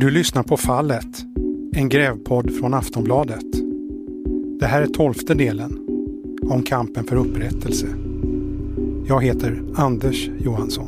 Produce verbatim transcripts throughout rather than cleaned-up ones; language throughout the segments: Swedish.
Du lyssnar på Fallet, en grävpodd från Aftonbladet. Det här är tolfte delen om kampen för upprättelse. Jag heter Anders Johansson.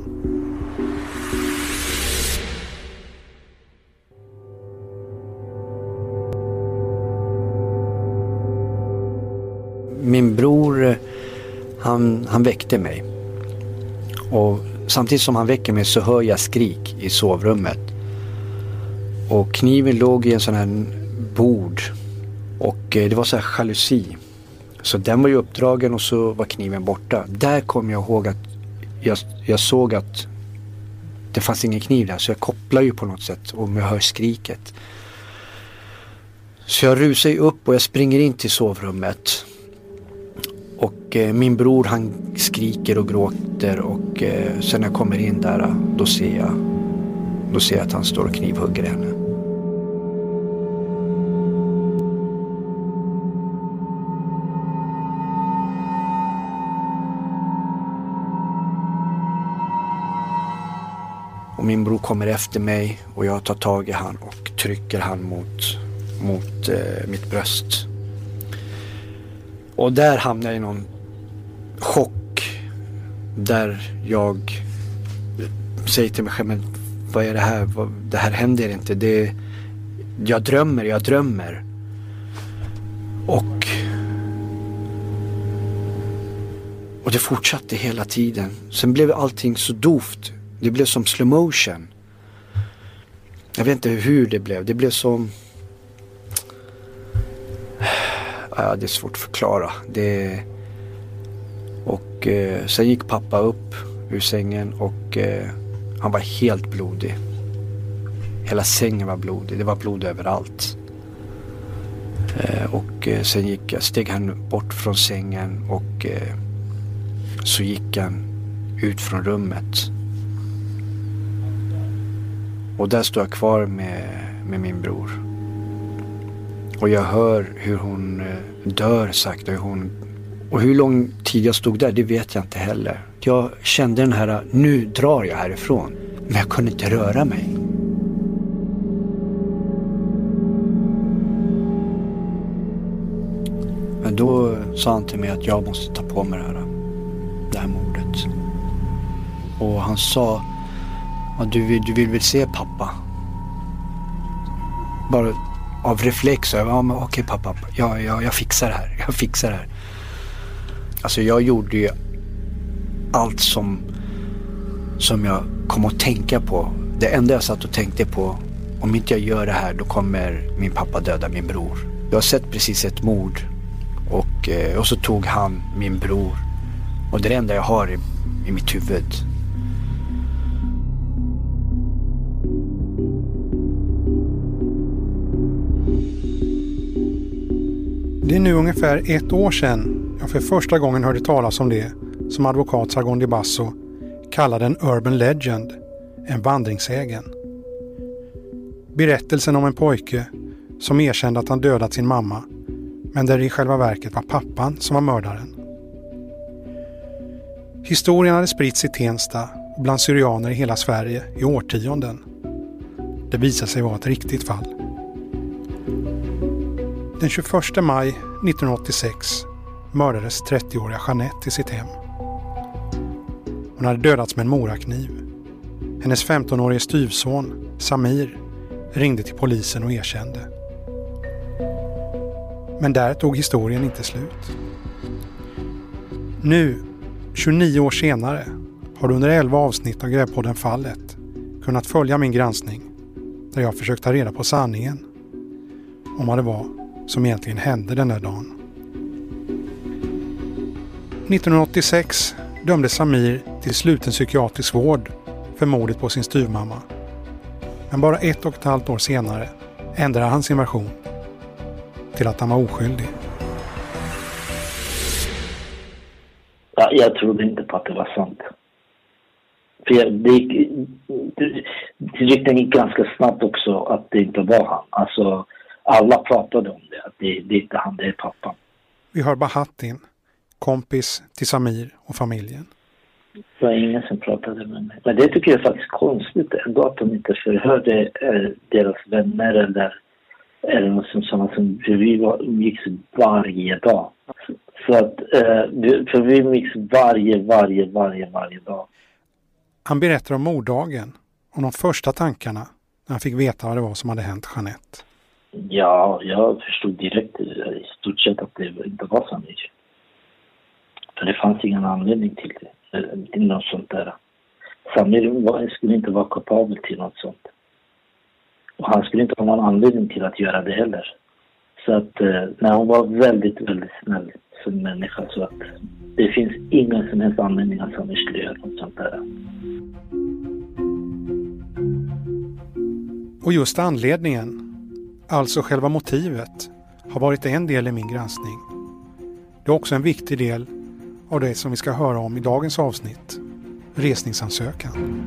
Min bror, han, han väckte mig. Och samtidigt som han väcker mig så hör jag skrik i sovrummet. Och kniven låg i en sån här bord. Och det var så här jalusi. Så den var ju uppdragen och så var kniven borta. Där kom jag ihåg att jag, jag såg att det fanns ingen kniv där. Så jag kopplar ju på något sätt om jag hör skriket. Så jag rusar ju upp och jag springer in till sovrummet. Och eh, min bror han skriker och gråter och eh, sen när jag kommer in där då ser jag då ser jag att han står och knivhugger henne. Och min bror kommer efter mig och jag tar tag i han och trycker han mot, mot eh, mitt bröst. Och där hamnar jag i någon chock. Där jag säger till mig själv, men vad är det här? Det här händer inte. Det, jag drömmer, jag drömmer. Och, och det fortsatte hela tiden. Sen blev allting så dovt. Det blev som slow motion. Jag vet inte hur det blev. Det blev som... Ja, det är svårt att förklara. Det... Och eh, sen gick pappa upp ur sängen och eh, han var helt blodig. Hela sängen var blodig. Det var blod överallt. Eh, och eh, sen gick, steg han bort från sängen och eh, så gick han ut från rummet. Och där står jag kvar med, med min bror. Och jag hör hur hon dör sakta. Hur hon, och hur lång tid jag stod där, det vet jag inte heller. Jag kände den här, nu drar jag härifrån. Men jag kunde inte röra mig. Men då sa han till mig att jag måste ta på mig det här, det här mordet. Och han sa, ja, du, vill, du vill väl se pappa? Bara... Av reflex, ja men okej pappa, ja, ja, jag fixar det här, jag fixar det här. Alltså jag gjorde ju allt som, som jag kom att tänka på. Det enda jag satt och tänkte på, om inte jag gör det här då kommer min pappa döda min bror. Jag har sett precis ett mord och, och så tog han min bror. Och det är det enda jag har i, i mitt huvud. Det är nu ungefär ett år sedan jag för första gången hörde talas om det som advokat Sargon Di Basso kallade en urban legend, en vandringssägen. Berättelsen om en pojke som erkände att han dödat sin mamma, men där i själva verket var pappan som var mördaren. Historien hade spritts i Tensta och bland syrianer i hela Sverige i årtionden. Det visade sig vara ett riktigt fall. Den tjugoförsta maj nittonhundraåttiosex mördades trettioåriga Jeanette i sitt hem. Hon hade dödats med en morakniv. Hennes femtonårige styvson, Samir, ringde till polisen och erkände. Men där tog historien inte slut. Nu, tjugonio år senare, har du under elva avsnitt av Grävpodden Fallet kunnat följa min granskning där jag försökt ta reda på sanningen om vad det var som egentligen hände den där dagen. nittonhundraåttiosex dömde Samir till sluten psykiatrisk vård för mordet på sin styvmamma. Men bara ett och ett halvt år senare ändrade han sin version till att han var oskyldig. Ja, jag trodde inte på att det var sant. För jag, det gick, rykten gick ganska snabbt också att det inte var han. Alltså alla pratade om det, att det, det är inte han, det är pappan. Vi hör Bahattin, kompis till Samir och familjen. Det var ingen som pratade med mig. Men det tycker jag är faktiskt konstigt ändå att de inte förhörde eh, deras vänner eller, eller något som, sådana som vi var, umgicks varje dag. Så att, eh, för vi umgicks varje, varje, varje, varje dag. Han berättar om morddagen och de första tankarna när han fick veta vad det var som hade hänt Jeanette. Ja, jag förstod direkt i stort sett att det inte var Samir. För det fanns ingen anledning till det. Till något sånt där. Samir var, skulle inte vara kapabel till något sånt. Och han skulle inte ha någon anledning till att göra det heller. Så att, eh, nej, hon var väldigt, väldigt snäll som människa. Så att det finns ingen som helst anledning att Samir skulle göra något sånt där. Och just anledningen, alltså själva motivet, har varit en del i min granskning. Det är också en viktig del av det som vi ska höra om i dagens avsnitt, resningsansökan.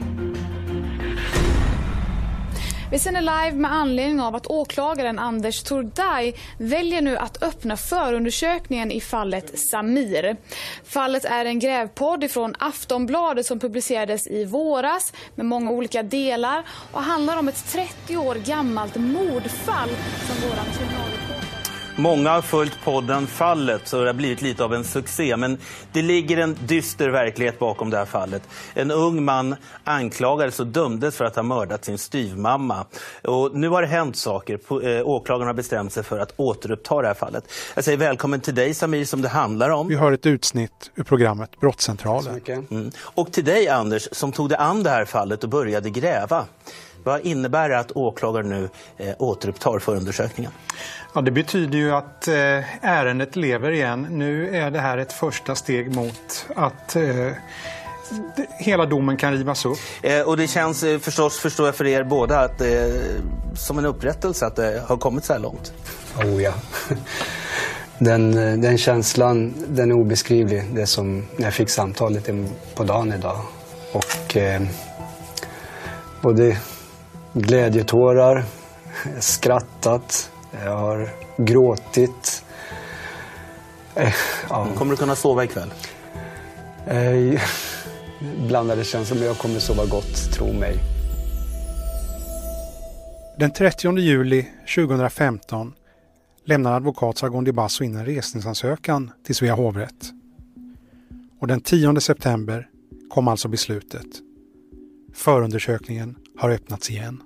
Vi sänder live med anledning av att åklagaren Anders Tordaj väljer nu att öppna förundersökningen i fallet Samir. Fallet är en grävpodd från Aftonbladet som publicerades i våras med många olika delar och handlar om ett trettio år gammalt mordfall som våran kriminalreporter. Många har följt podden Fallet, så det har blivit lite av en succé. Men det ligger en dyster verklighet bakom det här fallet. En ung man anklagades och dömdes för att ha mördat sin styvmamma. Och nu har det hänt saker. Åklagaren har bestämt sig för att återuppta det här fallet. Jag säger välkommen till dig, Samir, som det handlar om. Vi har ett utsnitt ur programmet Brottscentralen. Mm. Och till dig, Anders, som tog det an det här fallet och började gräva. Vad innebär det att åklagaren nu eh, återupptar förundersökningen? Ja, det betyder ju att eh, ärendet lever igen. Nu är det här ett första steg mot att eh, hela domen kan rivas upp. Eh, och det känns eh, förstås, förstår jag för er båda, att, eh, som en upprättelse att det har kommit så här långt. Oh ja. Den, den känslan, den är obeskrivlig. Det som när jag fick samtalet på dagen idag. Och eh, både glädjetårar, skrattat, jag har gråtit. Eh, ja. Kommer du kunna sova ikväll? Eh, blandade känslor, men jag kommer sova gott, tro mig. Den trettionde juli tjugohundrafemton lämnar advokat Sargon Di Basso in en resningsansökan till Svea hovrätt. Och den tionde september kom alltså beslutet. Förundersökningen har öppnats igen.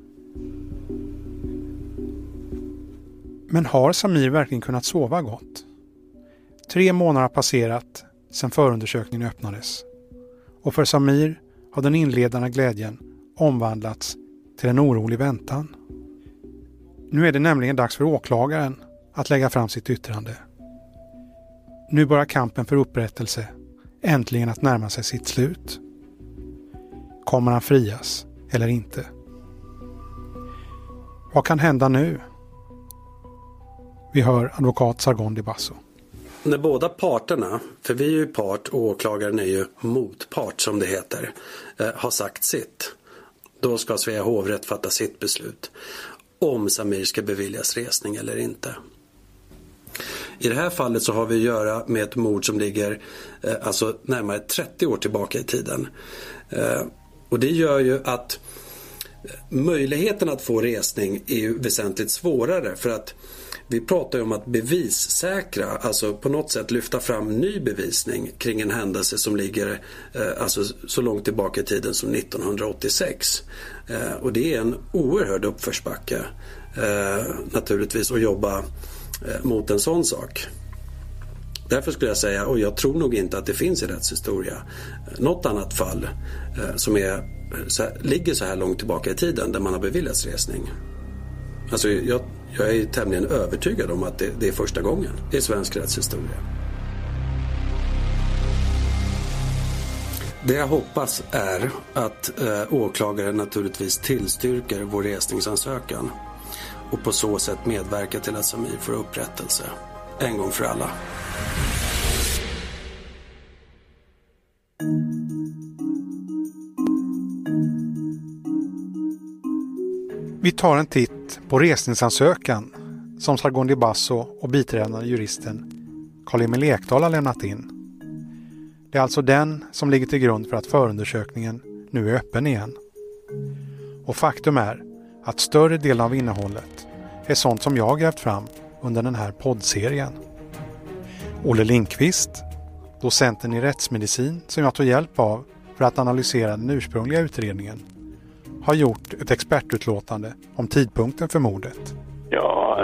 Men har Samir verkligen kunnat sova gott? Tre månader har passerat sedan förundersökningen öppnades. Och för Samir har den inledande glädjen omvandlats till en orolig väntan. Nu är det nämligen dags för åklagaren att lägga fram sitt yttrande. Nu börjar kampen för upprättelse äntligen att närma sig sitt slut. Kommer han frias eller inte? Vad kan hända nu? Vi hör advokat Sargon Di Basso. När båda parterna, för vi är ju part och åklagaren är ju motpart som det heter, har sagt sitt. Då ska Svea hovrätt fatta sitt beslut om Samir ska beviljas resning eller inte. I det här fallet så har vi att göra med ett mord som ligger eh, alltså närmare trettio år tillbaka i tiden. Eh, och det gör ju att möjligheten att få resning är ju väsentligt svårare, för att vi pratar ju om att bevissäkra, alltså på något sätt lyfta fram ny bevisning kring en händelse som ligger eh, alltså så långt tillbaka i tiden som nittonhundraåttiosex. Eh, och det är en oerhörd uppförsbacke eh, naturligtvis att jobba eh, mot en sån sak. Därför skulle jag säga, och jag tror nog inte att det finns i rättshistoria något annat fall eh, som är, så här, ligger så här långt tillbaka i tiden där man har beviljats resning. Alltså jag, jag är tämligen övertygad om att det, det är första gången i svensk rättshistoria. Det jag hoppas är att eh, åklagaren naturligtvis tillstyrker vår resningsansökan och på så sätt medverkar till att Samir får upprättelse en gång för alla. Vi tar en titt på resningsansökan som Sargon Di Basso och biträdande juristen Carl-Emil Ekdahl har lämnat in. Det är alltså den som ligger till grund för att förundersökningen nu är öppen igen. Och faktum är att större delen av innehållet är sånt som jag har grävt fram under den här poddserien. Olle Lindqvist, docenten i rättsmedicin som jag tog hjälp av för att analysera den ursprungliga utredningen, har gjort ett expertutlåtande om tidpunkten för mordet. Ja,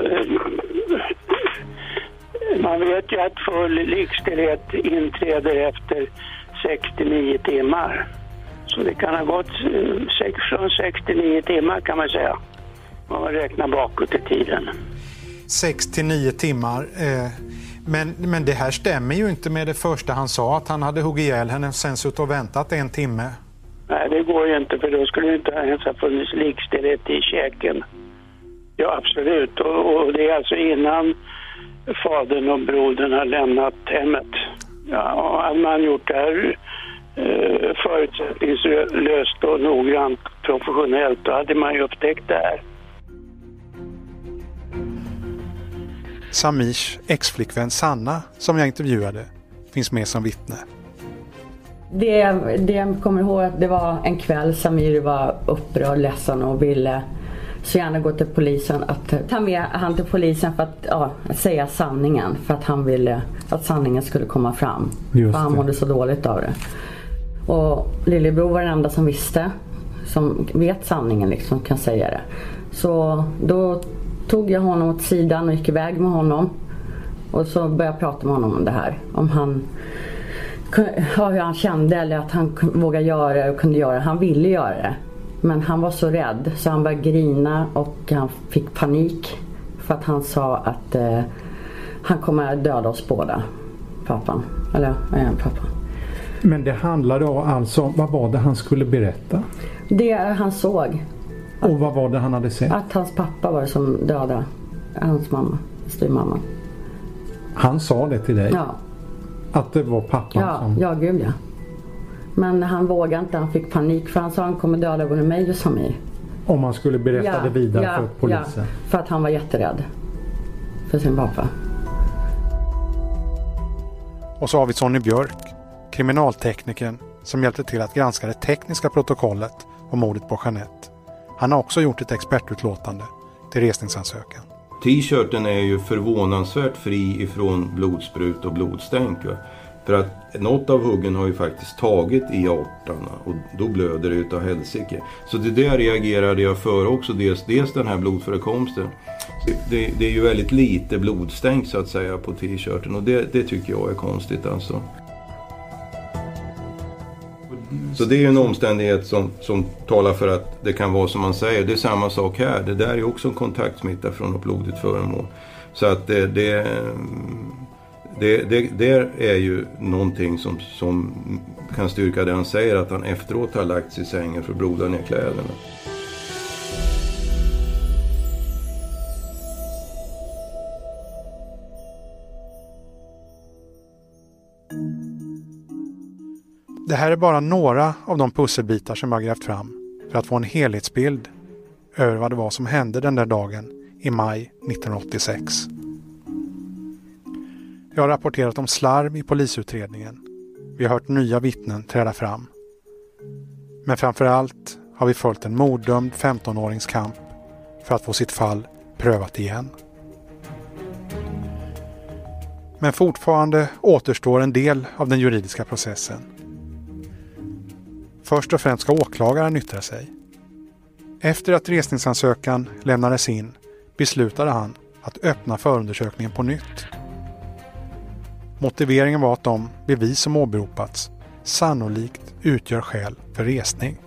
man vet ju att full likställighet inträder efter sextionio timmar. Så det kan ha gått från sextionio timmar kan man säga. Om man räknar bakåt i tiden. sex till nio timmar. Eh, men, men det här stämmer ju inte med det första han sa. Att han hade huggit ihjäl henne och sen suttit och väntat en timme. Nej, det går ju inte för då skulle det inte ens ha funnits likställighet i käken. Ja, absolut. Och, och det är alltså innan fadern och brodern har lämnat hemmet. Ja, och hade man gjort det här eh, förutsättningslöst och noggrant professionellt, då hade man ju upptäckt det här. Samirs ex-flickvän Sanna, som jag intervjuade, finns med som vittne. Det, det jag kommer ihåg att det var en kväll Samir var upprörd, ledsen och ville så gärna gå till polisen, att ta med han till polisen för att, ja, att säga sanningen, för att han ville att sanningen skulle komma fram. Just för han mådde så dåligt av det. Och lillebror var den enda som visste, som vet sanningen liksom, kan säga det. Så då tog jag honom åt sidan och gick iväg med honom. Och så började jag prata med honom om det här. Om han, ja, hur han kände eller att han vågade göra det och kunde göra det. Han ville göra det. Men han var så rädd så han började grina och han fick panik. För att han sa att eh, han kommer att döda oss båda. Pappan. Eller ja, pappan. Men det handlade alltså, vad var det han skulle berätta? Det han såg. Att, och vad var det han hade sett? Att hans pappa var det som dödade hans mamma, styvmamma. Han sa det till dig? Ja. Att det var pappan ja, som... Ja, gud ja. Men han vågade inte, han fick panik för han sa att han kommer döda både mig och Samir. Om man skulle berätta ja, det vidare ja, för polisen? Ja, för att han var jätterädd för sin pappa. Och så har vi Sonny Björk, kriminalteknikern som hjälpte till att granska det tekniska protokollet om mordet på Jeanette. Han har också gjort ett expertutlåtande till resningsansökan. T-shirten är ju förvånansvärt fri ifrån blodsprut och blodstänk. För att något av huggen har ju faktiskt tagit i aortan och då blöder det utav helsike. Så det där reagerade jag för också, dels, dels den här blodförekomsten. Det, det är ju väldigt lite blodstänk så att säga på t-shirten och det, det tycker jag är konstigt alltså. Så det är ju en omständighet som, som talar för att det kan vara som man säger. Det är samma sak här. Det där är också en kontaktsmitta från ett blodigt föremål. Så att det, det, det, det, det är ju någonting som, som kan styrka det han säger. Att han efteråt har lagt sig i sängen för att bloda ner kläderna. Det här är bara några av de pusselbitar som jag har grävt fram för att få en helhetsbild över vad det var som hände den där dagen i maj nittonhundraåttiosex. Jag har rapporterat om slarv i polisutredningen. Vi har hört nya vittnen träda fram. Men framförallt har vi följt en morddömd femtonårings kamp för att få sitt fall prövat igen. Men fortfarande återstår en del av den juridiska processen. Först och främst ska åklagaren yttra sig. Efter att resningsansökan lämnades in beslutade han att öppna förundersökningen på nytt. Motiveringen var att de bevis som åberopats sannolikt utgör skäl för resning.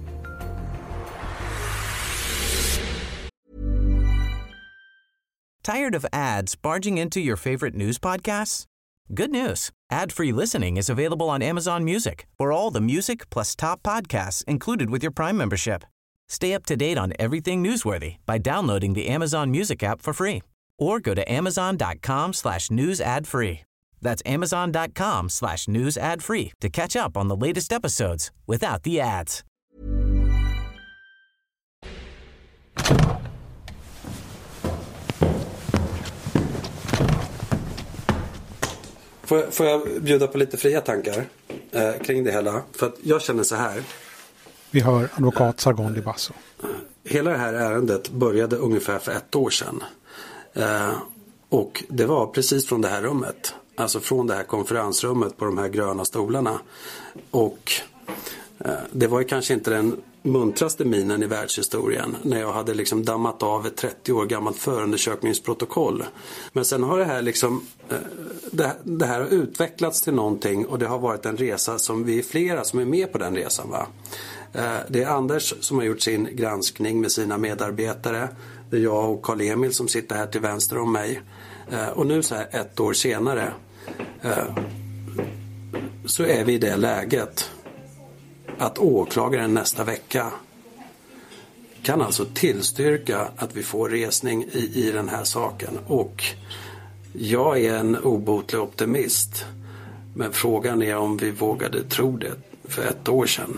Tired of ads barging into your favorite news podcasts? Good news. Ad-free listening is available on Amazon Music for all the music plus top podcasts included with your Prime membership. Stay up to date on everything newsworthy by downloading the Amazon Music app for free or go to amazon.com slash news ad free. That's amazon.com slash news ad free to catch up on the latest episodes without the ads. Får jag, får jag bjuda på lite fria tankar? eh, kring det hela. För att jag känner så här. Vi hör advokat Sargon Di Basso. Hela det här ärendet började ungefär för ett år sedan. Eh, och det var precis från det här rummet. Alltså från det här konferensrummet på de här gröna stolarna. Och eh, det var ju kanske inte den muntraste minen i världshistorien när jag hade liksom dammat av ett trettio år gammalt förundersökningsprotokoll. Men sen har det här liksom eh, det, det här har utvecklats till någonting, och det har varit en resa som vi är flera som är med på den resan, va? Eh, det är Anders som har gjort sin granskning med sina medarbetare. Det är jag och Karl-Emil som sitter här till vänster om mig. Eh, och nu så här ett år senare eh, så är vi i det läget att åklagaren nästa vecka kan alltså tillstyrka att vi får resning i, i den här saken. Och jag är en obotlig optimist, men frågan är om vi vågade tro det för ett år sedan.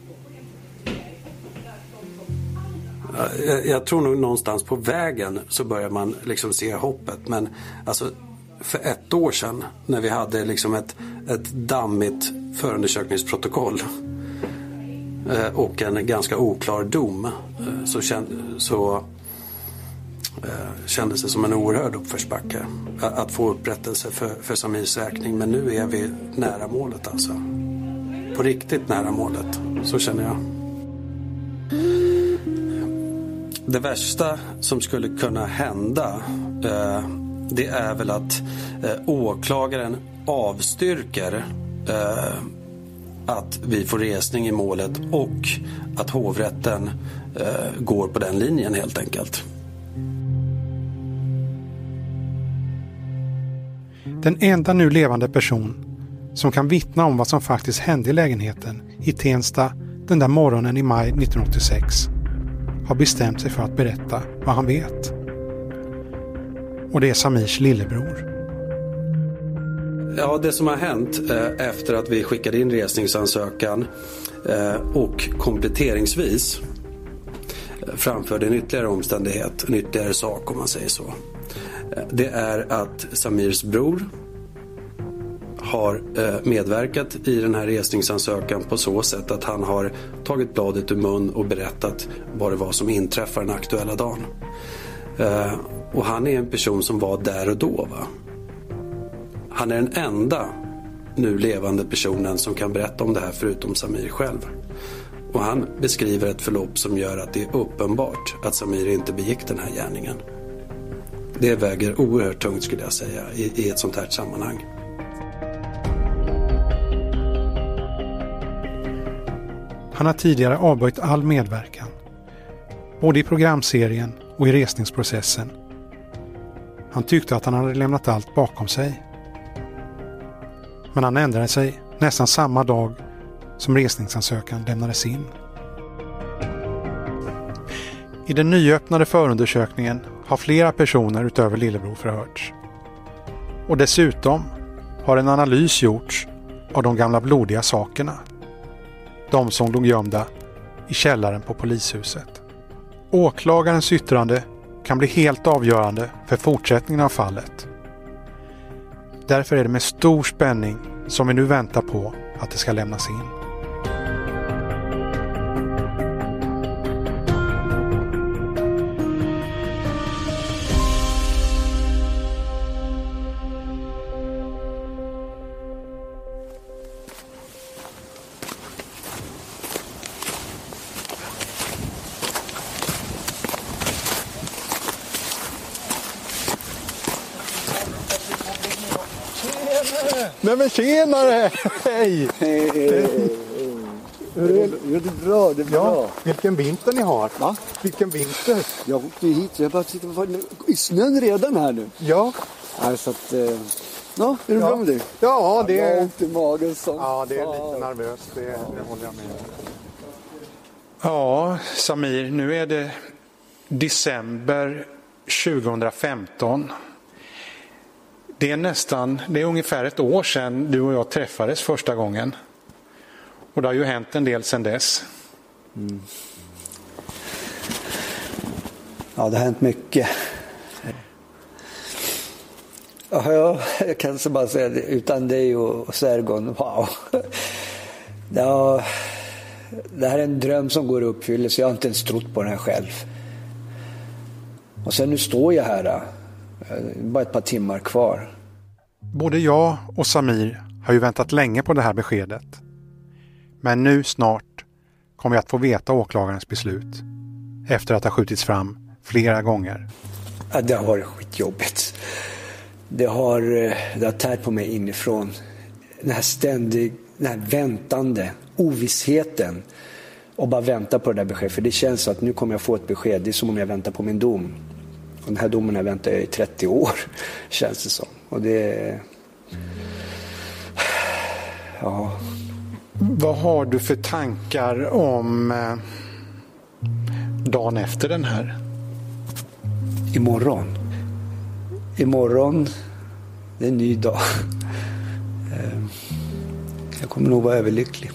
Jag, jag tror nog någonstans på vägen så börjar man liksom se hoppet, men alltså för ett år sedan när vi hade liksom ett, ett dammigt förundersökningsprotokoll och en ganska oklar dom, så, känd, så eh, kändes det som en oerhörd uppförsbacke att få upprättelse för, för Samirs räkning. Men nu är vi nära målet, alltså. På riktigt nära målet, så känner jag. Det värsta som skulle kunna hända eh, det är väl att eh, åklagaren avstyrker eh, att vi får resning i målet och att hovrätten eh, går på den linjen helt enkelt. Den enda nu levande person som kan vittna om vad som faktiskt hände i lägenheten i Tensta den där morgonen i maj nittonhundraåttiosex har bestämt sig för att berätta vad han vet. Och det är Samirs lillebror. Ja, det som har hänt eh, efter att vi skickade in resningsansökan eh, och kompletteringsvis eh, framförde en ytterligare omständighet, en ytterligare sak om man säger så. Eh, det är att Samirs bror har eh, medverkat i den här resningsansökan på så sätt att han har tagit bladet ur mun och berättat vad det var som inträffade den aktuella dagen. Eh, och han är en person som var där och då, va? Han är den enda nu levande personen som kan berätta om det här förutom Samir själv. Och han beskriver ett förlopp som gör att det är uppenbart att Samir inte begick den här gärningen. Det väger oerhört tungt, skulle jag säga, i, i ett sånt här sammanhang. Han har tidigare avböjt all medverkan, både i programserien och i resningsprocessen. Han tyckte att han hade lämnat allt bakom sig. Men han ändrade sig nästan samma dag som resningsansökan lämnades in. I den nyöppnade förundersökningen har flera personer utöver lillebror förhörts. Och dessutom har en analys gjorts av de gamla blodiga sakerna. De som låg gömda i källaren på polishuset. Åklagarens yttrande kan bli helt avgörande för fortsättningen av fallet. Därför är det med stor spänning som vi nu väntar på att det ska lämnas in. Nej men tjenare! Hej! Hej! Hur är det? Ja, det är bra, det är bra. Ja, vilken vinter ni har. Va? Vilken vinter. Jag åkte hit, jag bara sitter i snön redan här nu. Ja. Alltså att, eh, ja, är det ja. bra med dig? Ja, det är... Jag åkte i magen som Ja, det är lite nervöst, det, det håller jag med. Ja, Samir, nu är det december tjugohundrafemton. Det är nästan, det är ungefär ett år sedan du och jag träffades första gången. Och det har ju hänt en del sedan dess. Mm. Ja, det har hänt mycket. Ja, jag kan så bara säga det, utan dig och Sargon, wow. Ja, det här är en dröm som går i uppfyllelse. Jag har inte ens trott på den här själv. Och sen nu står jag här. Bara ett par timmar kvar. Både jag och Samir har ju väntat länge på det här beskedet. Men nu snart kommer jag att få veta åklagarens beslut. Efter att ha skjutits fram flera gånger. Ja, det har varit skitjobbigt. Det har, det har tärt på mig inifrån. Den här ständig, den här väntande, ovissheten. Och bara vänta på det där beskedet. För det känns att nu kommer jag få ett besked. Det är som om jag väntar på min dom. Och den här domen har jag väntat i trettio år. Känns det som. Och det... Ja... Vad har du för tankar om eh, dagen efter den här? Imorgon. Imorgon, det är en ny dag. Eh, jag kommer nog vara överlycklig.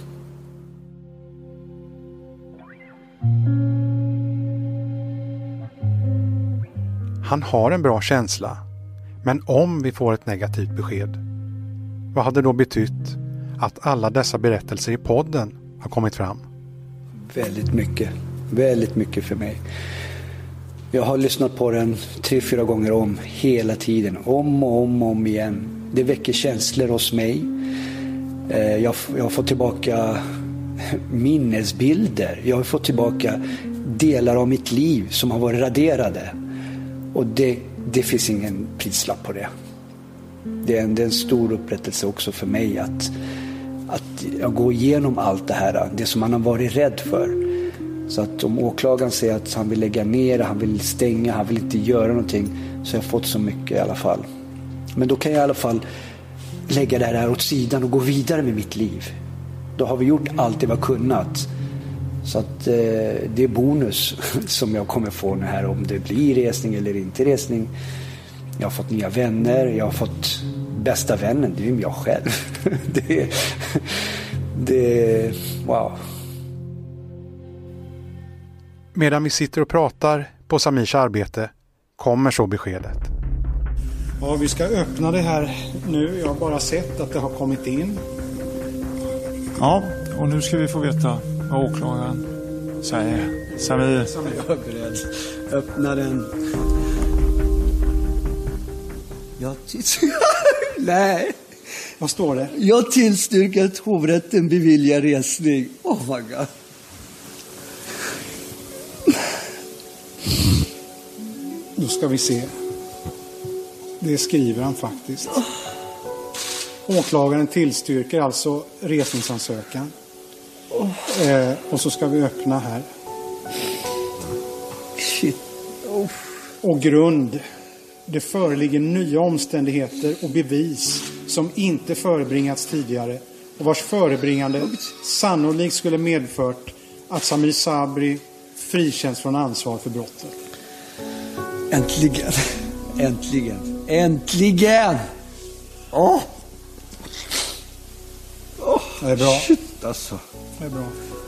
Han har en bra känsla. Men om vi får ett negativt besked, vad hade då betytt att alla dessa berättelser i podden har kommit fram? Väldigt mycket. Väldigt mycket för mig. Jag har lyssnat på den tre, fyra gånger om hela tiden. Om och om och om igen. Det väcker känslor hos mig. Jag, jag har fått tillbaka minnesbilder. Jag har fått tillbaka delar av mitt liv som har varit raderade. Och det, det finns ingen prislapp på det. Det är en, det är en stor upprättelse också för mig att, att jag går igenom allt det här. Det som man har varit rädd för. Så att om åklagaren säger att han vill lägga ner, han vill stänga, han vill inte göra någonting, så har jag fått så mycket i alla fall. Men då kan jag i alla fall lägga det här åt sidan och gå vidare med mitt liv. Då har vi gjort allt det vi har kunnat. Så att eh, det är bonus som jag kommer få nu här, om det blir resning eller inte resning. Jag har fått nya vänner, jag har fått bästa vännen, det är ju jag själv. det, det, wow. Medan vi sitter och pratar på Samirs arbete kommer så beskedet. Ja, vi ska öppna det här nu. Jag har bara sett att det har kommit in. Ja, och nu ska vi få veta vad åklagaren säger. Samir. Samir, jag är beredd. Öppna den. Jag tillstyrker... Nej. Vad står det? Jag tillstyrker att hovrätten beviljar resning. Åh, oh my god. Då ska vi se. Det skriver han faktiskt. Åklagaren tillstyrker alltså resningsansökan. Eh, och så ska vi öppna här. Shit. Oh. Och grund. Det föreligger nya omständigheter och bevis som inte förebringats tidigare och vars förebringande sannolikt skulle medfört att Samir Sabri frikänns från ansvar för brottet. Äntligen. Äntligen. Äntligen. Åh. Oh. Oh. Det är bra. Shit, alltså. Det är bra.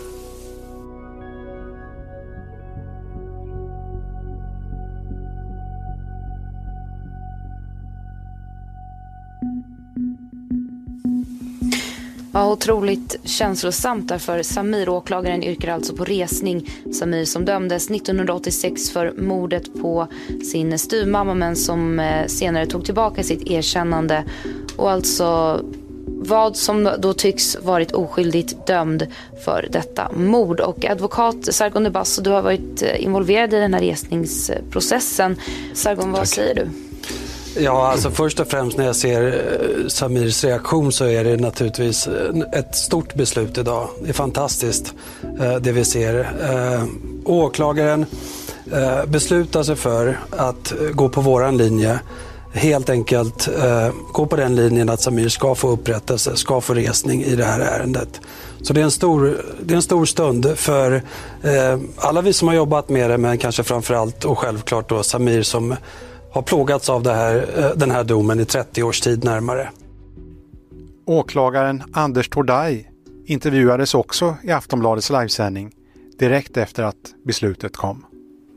Ja, otroligt känslosamt därför Samir. Åklagaren yrkar alltså på resning. Samir som dömdes nittonhundraåttiosex för mordet på sin styvmamma, men som senare tog tillbaka sitt erkännande och alltså vad som då tycks varit oskyldigt dömd för detta mord. Och advokat Sargon de Basso, du har varit involverad i den här resningsprocessen. Sargon, vad Tack. säger du? Ja, alltså först och främst när jag ser Samirs reaktion så är det naturligtvis ett stort beslut idag. Det är fantastiskt det vi ser. Åklagaren beslutar sig för att gå på våran linje. Helt enkelt gå på den linjen att Samir ska få upprättelse, ska få resning i det här ärendet. Så det är en stor, det är en stor stund för alla vi som har jobbat med det, men kanske framförallt och självklart då Samir som har plågats av det här, den här domen i trettio års tid närmare. Åklagaren Anders Tordaj intervjuades också i Aftonbladets livesändning direkt efter att beslutet kom.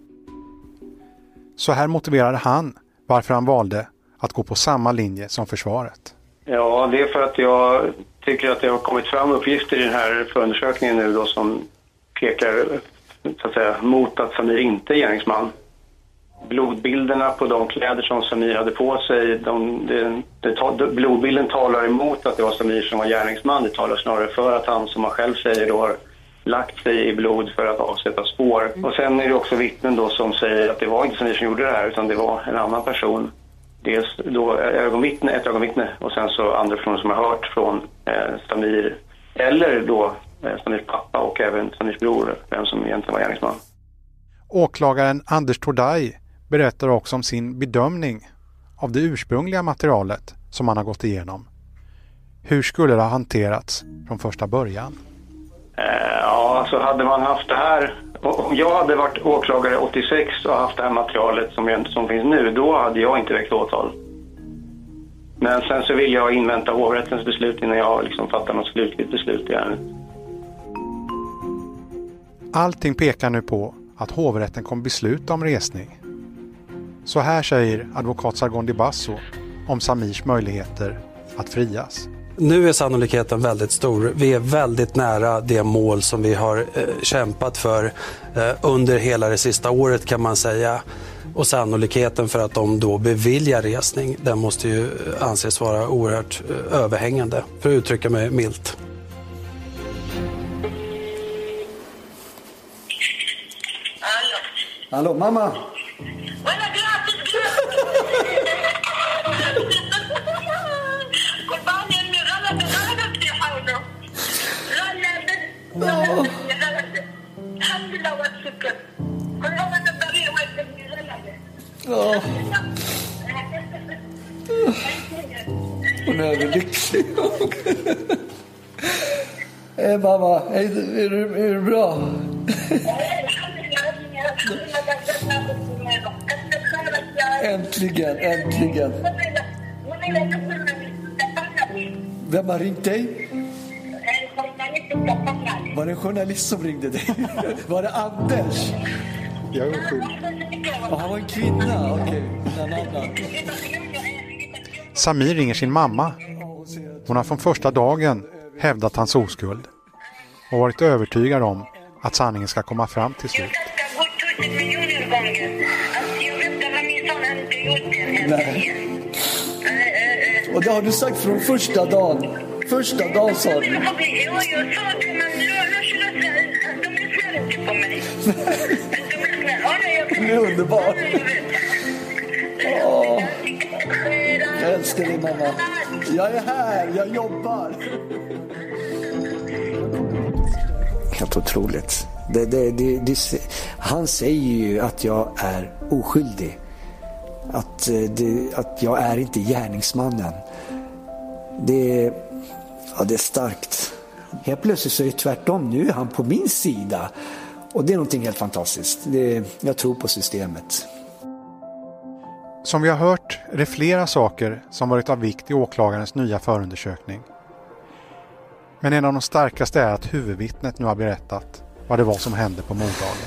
Så här motiverade han varför han valde att gå på samma linje som försvaret. Ja, det är för att jag tycker att det har kommit fram uppgifter i den här förundersökningen nu då som pekar så att säga, mot att Samir inte är gärningsman. Blodbilderna på de kläder som Samir hade på sig, de, det, det, blodbilden talar emot att det var Samir som var gärningsman. Det talar snarare för att han, som han själv säger, då har lagt sig i blod för att avsätta spår. Och sen är det också vittnen då som säger att det var inte Samir som gjorde det här, utan det var en annan person. Dels då ögonvittne, ett ögonvittne, och sen så andra personer som har hört från eh, Samir, eller då eh, Samirs pappa och även Samirs bror, vem som egentligen var gärningsman. Åklagaren Anders Tordaj berättar också om sin bedömning av det ursprungliga materialet som han har gått igenom. Hur skulle det ha hanterats från första början? Eh, ja, alltså hade man haft det här, om jag hade varit åklagare åttiosex och haft det här materialet som, som finns nu, då hade jag inte väckt åtal. Men sen så vill jag invänta hovrättens beslut innan jag liksom fattar något slutligt beslut i ärendet. Allting pekar nu på att hovrätten kommer besluta om resning. Så här säger advokat Sargon Di Basso om Samirs möjligheter att frias. Nu är sannolikheten väldigt stor. Vi är väldigt nära det mål som vi har eh, kämpat för eh, under hela det sista året, kan man säga. Och sannolikheten för att de då beviljar resning, den måste ju anses vara oerhört eh, överhängande, för att uttrycka mig milt. Hallå, mamma! Ja. Hon är överlycklig. Hej mamma, är, är, du, är du bra? Äntligen, äntligen. Vem har ringt dig? Var det en journalist som ringde dig? Var det Anders? Jag är skyldig. Oh, han var en kvinna, okej. Okay. Samir ringer sin mamma. Hon har från första dagen hävdat hans oskuld och varit övertygad om att sanningen ska komma fram till slut. Nej. Och det har du sagt från första dagen. Första dagen sa du. Ja, jag sa det, men de lyssnar inte på mig. Det är underbart. Åh, jag älskar dig mamma. Jag är här, jag jobbar. Helt otroligt. Det, det, det, det, han säger ju att jag är oskyldig. Att, det, att jag är inte gärningsmannen. Det, ja, det är starkt. Helt plötsligt så är det tvärtom. Nu är han på min sida. Och det är någonting helt fantastiskt. Det, jag tror på systemet. Som vi har hört är det flera saker som varit av vikt i åklagarens nya förundersökning. Men en av de starkaste är att huvudvittnet nu har berättat vad det var som hände på morddagen.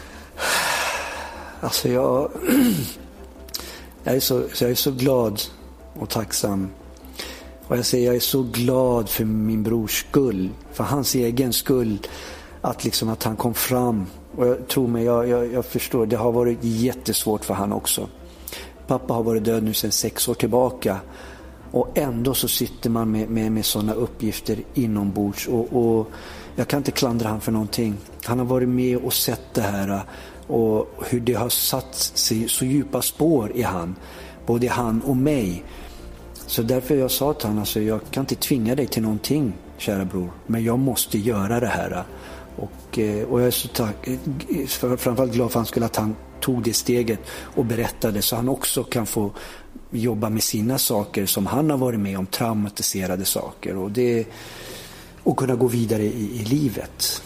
Alltså jag... Jag är, så, jag är så glad och tacksam. Och jag säger jag är så glad för min brors skull. För hans egen skull. Att, liksom, att han kom fram. Och jag tror mig, jag, jag, jag förstår. Det har varit jättesvårt för han också. Pappa har varit död nu sedan sex år tillbaka. Och ändå så sitter man med, med, med sådana uppgifter inombords. Och, och jag kan inte klandra han för någonting. Han har varit med och sett det här. Och hur det har satt sig så djupa spår i han. Både han och mig. Så därför jag sa till honom, alltså, jag kan inte tvinga dig till någonting, kära bror. Men jag måste göra det här. Och, och jag är så tack, framförallt glad för han skulle att han tog det steget och berättade. Så han också kan få jobba med sina saker som han har varit med om. Traumatiserade saker. Och, det, och kunna gå vidare i, i livet.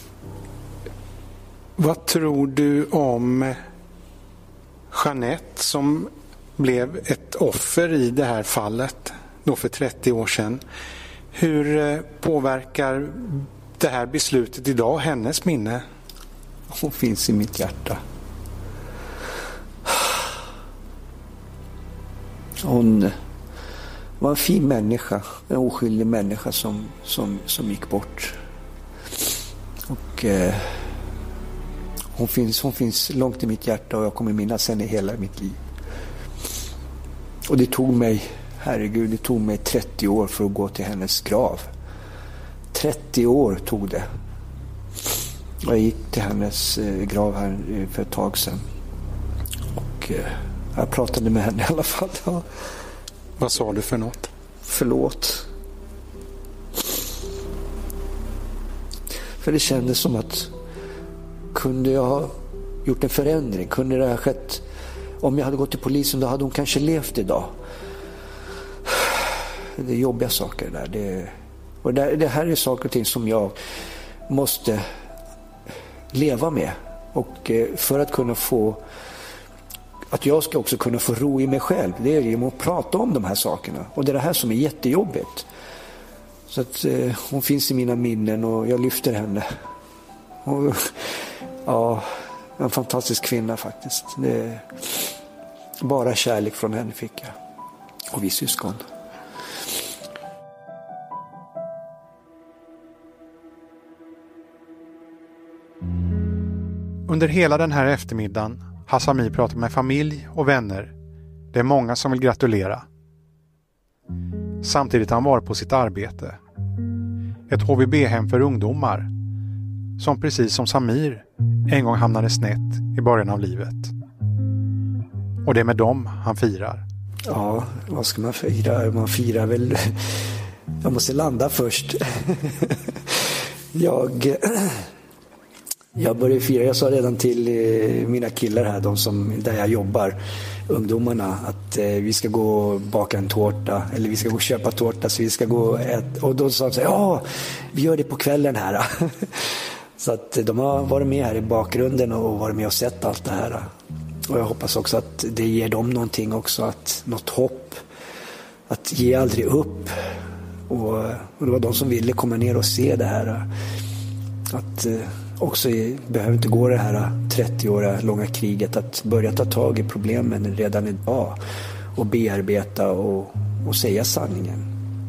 Vad tror du om Jeanette som blev ett offer i det här fallet då för trettio år sedan? Hur påverkar det här beslutet idag hennes minne? Hon finns i mitt hjärta. Hon, var en fin människa, en oskyldig människa som, som, som gick bort. Och eh, hon, finns, hon finns långt i mitt hjärta och jag kommer minnas henne hela mitt liv. Och det tog mig, herregud, det tog mig trettio år för att gå till hennes grav. trettio år tog det. Jag gick till hennes eh, grav här för ett tag sedan. Och eh, jag pratade med henne i alla fall. Ja. Vad sa du för något? Förlåt. För det kändes som att kunde jag ha gjort en förändring? Kunde det ha skett? Om jag hade gått till polisen, då hade hon kanske levt idag. Det är jobbiga saker där. Det, och det, det här är saker och ting som jag måste leva med. Och för att kunna få, att jag ska också kunna få ro i mig själv, det är genom att prata om de här sakerna. Och det är det här som är jättejobbigt. Så att eh, hon finns i mina minnen och jag lyfter henne. Och, ja, en fantastisk kvinna faktiskt. Det är bara kärlek från henne fick jag. Och vi syskon. Under hela den här eftermiddagen har Samir pratat med familj och vänner. Det är många som vill gratulera. Samtidigt har han varit på sitt arbete. Ett H V B-hem för ungdomar. Som precis som Samir en gång hamnade snett i början av livet. Och det är med dem han firar. Ja, vad ska man fira? Man firar väl... Jag måste landa först. jag... Jag började fira, jag sa redan till mina killar här, de som, där jag jobbar, ungdomarna, att eh, vi ska gå och baka en tårta, eller vi ska gå och köpa tårta, så vi ska gå och äta. Och då sa de så här, ja, vi gör det på kvällen här. Så att de har varit med här i bakgrunden och varit med och sett allt det här. Och jag hoppas också att det ger dem någonting också, att något hopp, att ge aldrig upp. Och, och det var de som ville komma ner och se det här. Att... Eh, också behöver inte gå det här trettio-åriga långa kriget, att börja ta tag i problemen redan idag och bearbeta och, och säga sanningen.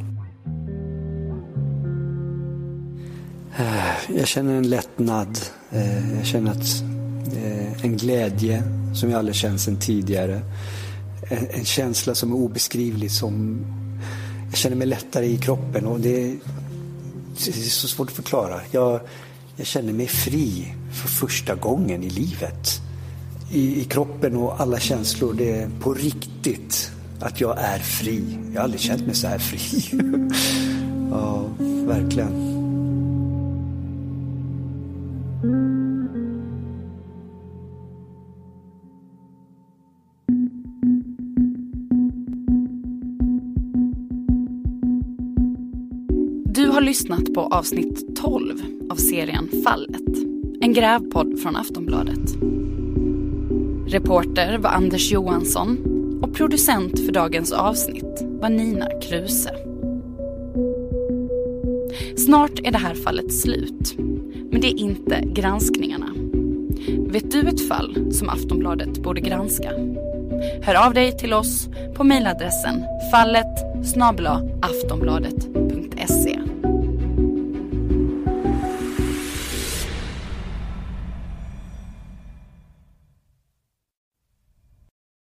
Jag känner en lättnad, jag känner att en glädje som jag aldrig känt sedan tidigare, en känsla som är obeskrivlig, som jag känner mig lättare i kroppen, och det är så svårt att förklara. Jag Jag känner mig fri för första gången i livet. I, i kroppen och alla känslor. Det är på riktigt att jag är fri. Jag har aldrig känt mig så här fri. Ja, verkligen. Du har lyssnat på avsnitt tolv av serien Fallet. En grävpodd från Aftonbladet. Reporter var Anders Johansson och producent för dagens avsnitt var Nina Kruse. Snart är det här fallet slut, men det är inte granskningarna. Vet du ett fall som Aftonbladet borde granska? Hör av dig till oss på mejladressen fallet snabel-a aftonbladet punkt se.